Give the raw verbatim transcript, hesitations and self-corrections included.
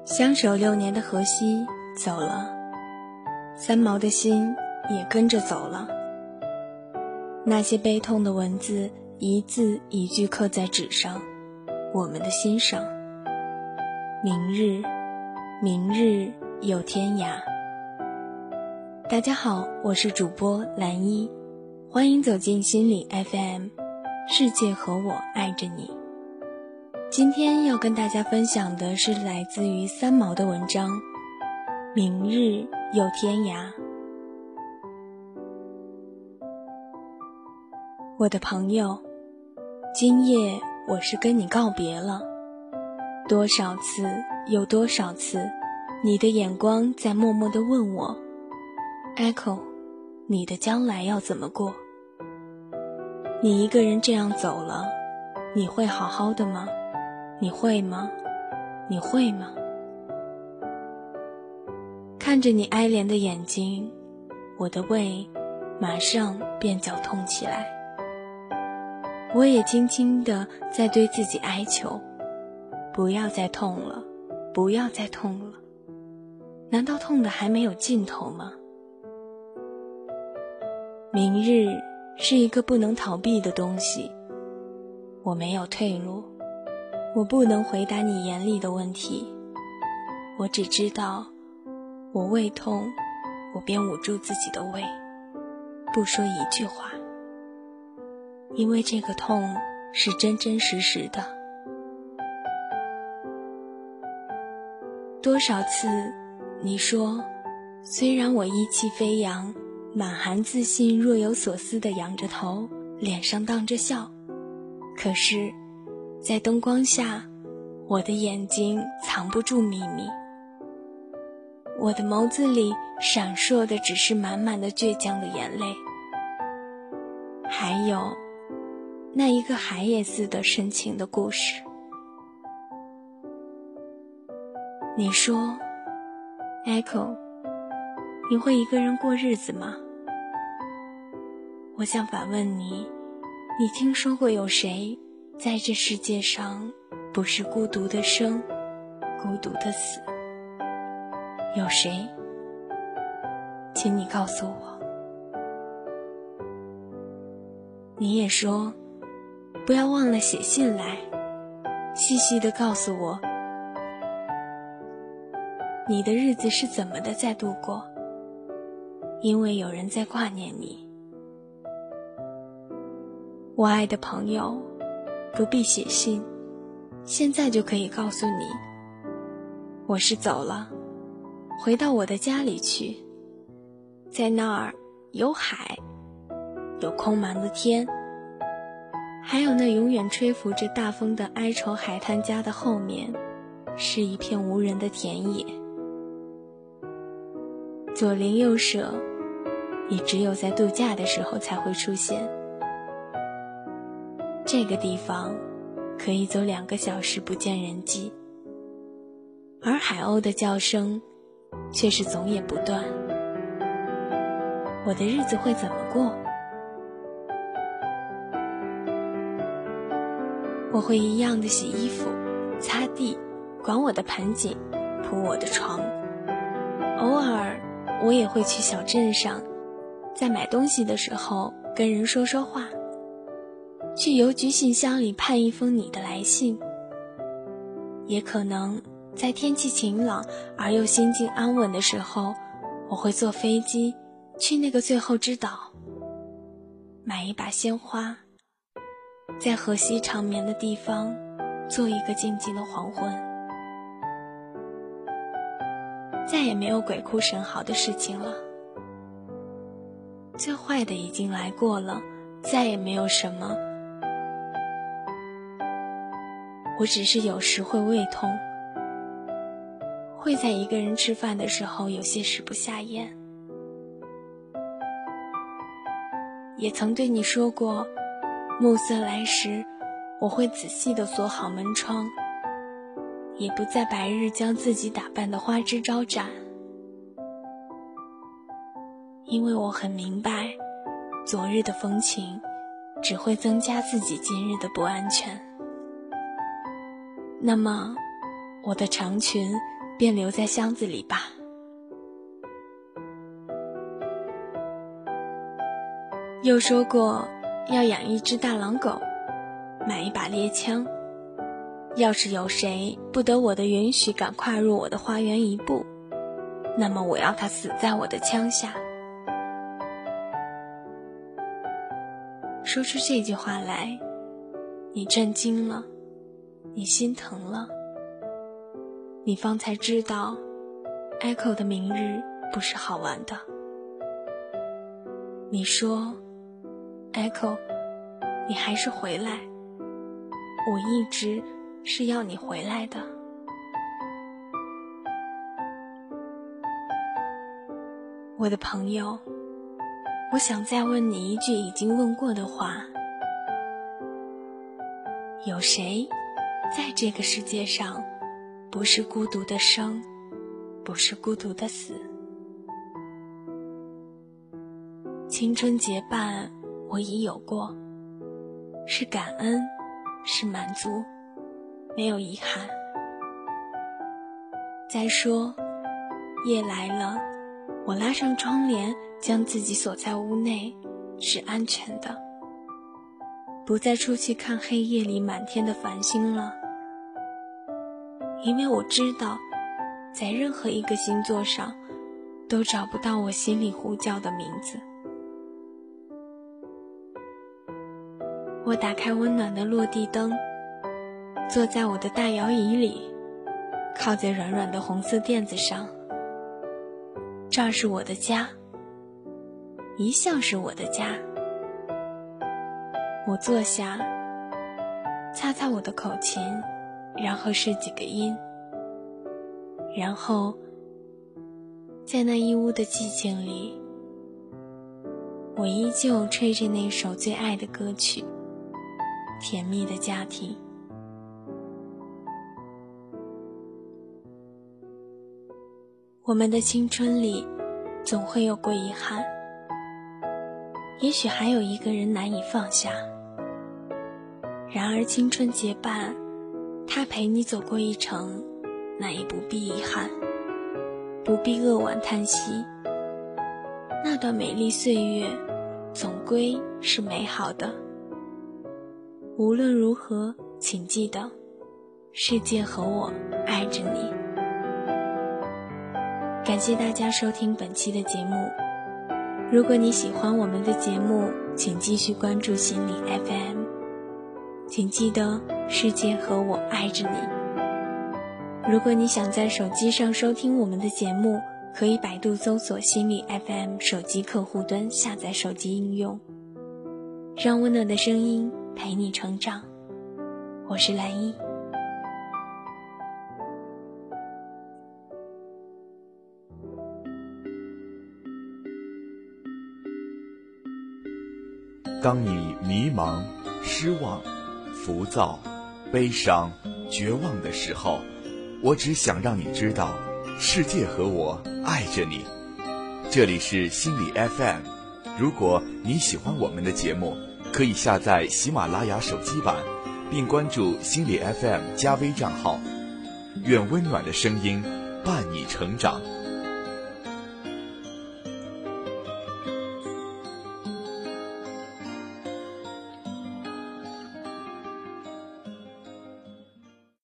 相守六年的荷西走了，三毛的心也跟着走了。那些悲痛的文字一字一句刻在纸上，我们的心上。明日，明日有天涯。大家好，我是主播蓝一，欢迎走进心理 F M， 世界和我爱着你。今天要跟大家分享的是来自于三毛的文章，明日有天涯。我的朋友，今夜我是跟你告别了，多少次有多少次，你的眼光在默默地问我 Echo， 你的将来要怎么过？你一个人这样走了，你会好好的吗？你会吗？你会吗？看着你哀怜的眼睛，我的胃马上便绞痛起来。我也轻轻地在对自己哀求，不要再痛了，不要再痛了。难道痛的还没有尽头吗？明日是一个不能逃避的东西，我没有退路，我不能回答你严厉的问题，我只知道我胃痛，我便捂住自己的胃，不说一句话，因为这个痛是真真实实的。多少次你说，虽然我意气飞扬，满含自信，若有所思地仰着头，脸上荡着笑，可是在灯光下，我的眼睛藏不住秘密，我的眸子里闪烁的只是满满的倔强的眼泪，还有那一个海也似的深情的故事。你说 Echo， 你会一个人过日子吗？我想反问你，你听说过有谁在这世界上不是孤独的生，孤独的死？有谁？请你告诉我。你也说，不要忘了写信来，细细地告诉我，你的日子是怎么的在度过，因为有人在挂念你。我爱的朋友，不必写信，现在就可以告诉你，我是走了，回到我的家里去，在那儿有海，有空茫的天，还有那永远吹拂着大风的哀愁海滩家的后面，是一片无人的田野。左邻右舍，也只有在度假的时候才会出现。这个地方可以走两个小时不见人迹，而海鸥的叫声却是总也不断。我的日子会怎么过？我会一样的洗衣服、擦地、管我的盆景、铺我的床。偶尔我也会去小镇上，在买东西的时候跟人说说话，去邮局信箱里盼一封你的来信。也可能在天气晴朗而又心境安稳的时候，我会坐飞机去那个最后之岛，买一把鲜花，在荷西长眠的地方做一个静静的黄昏。再也没有鬼哭神嚎的事情了，最坏的已经来过了，再也没有什么。我只是有时会胃痛，会在一个人吃饭的时候有些食不下咽。也曾对你说过，暮色来时我会仔细地锁好门窗，也不在白日将自己打扮得花枝招展，因为我很明白，昨日的风情只会增加自己今日的不安全。那么我的长裙便留在箱子里吧。又说过要养一只大狼狗，买一把猎枪。要是有谁不得我的允许敢跨入我的花园一步，那么我要他死在我的枪下。说出这句话来，你震惊了，你心疼了，你方才知道 Echo 的明日不是好玩的。你说 Echo， 你还是回来，我一直是要你回来的。我的朋友，我想再问你一句已经问过的话，有谁在这个世界上不是孤独的生，不是孤独的死？青春结伴我已有过，是感恩，是满足，没有遗憾。再说夜来了，我拉上窗帘，将自己锁在屋内，是安全的，不再出去看黑夜里满天的繁星了。因为我知道，在任何一个星座上都找不到我心里呼叫的名字。我打开温暖的落地灯，坐在我的大摇椅里，靠在软软的红色垫子上。这儿是我的家，一向是我的家。我坐下，擦擦我的口琴，然后试几个音，然后在那一屋的寂静里，我依旧吹着那首最爱的歌曲，甜蜜的家庭。我们的青春里总会有过遗憾，也许还有一个人难以放下。然而青春结伴，他陪你走过一程，那也不必遗憾，不必扼腕叹息。那段美丽岁月总归是美好的。无论如何，请记得，世界和我爱着你。感谢大家收听本期的节目。如果你喜欢我们的节目，请继续关注心理 F M。 请记得，世界和我爱着你。如果你想在手机上收听我们的节目，可以百度搜索心理 F M 手机客户端，下载手机应用，让温暖的声音陪你成长。我是蓝一。 当你迷茫、失望、浮躁、悲伤、绝望的时候，我只想让你知道，世界和我爱着你。这里是心理 F M， 如果你喜欢我们的节目，可以下载喜马拉雅手机版，并关注心理 F M 加微账号。愿温暖的声音伴你成长。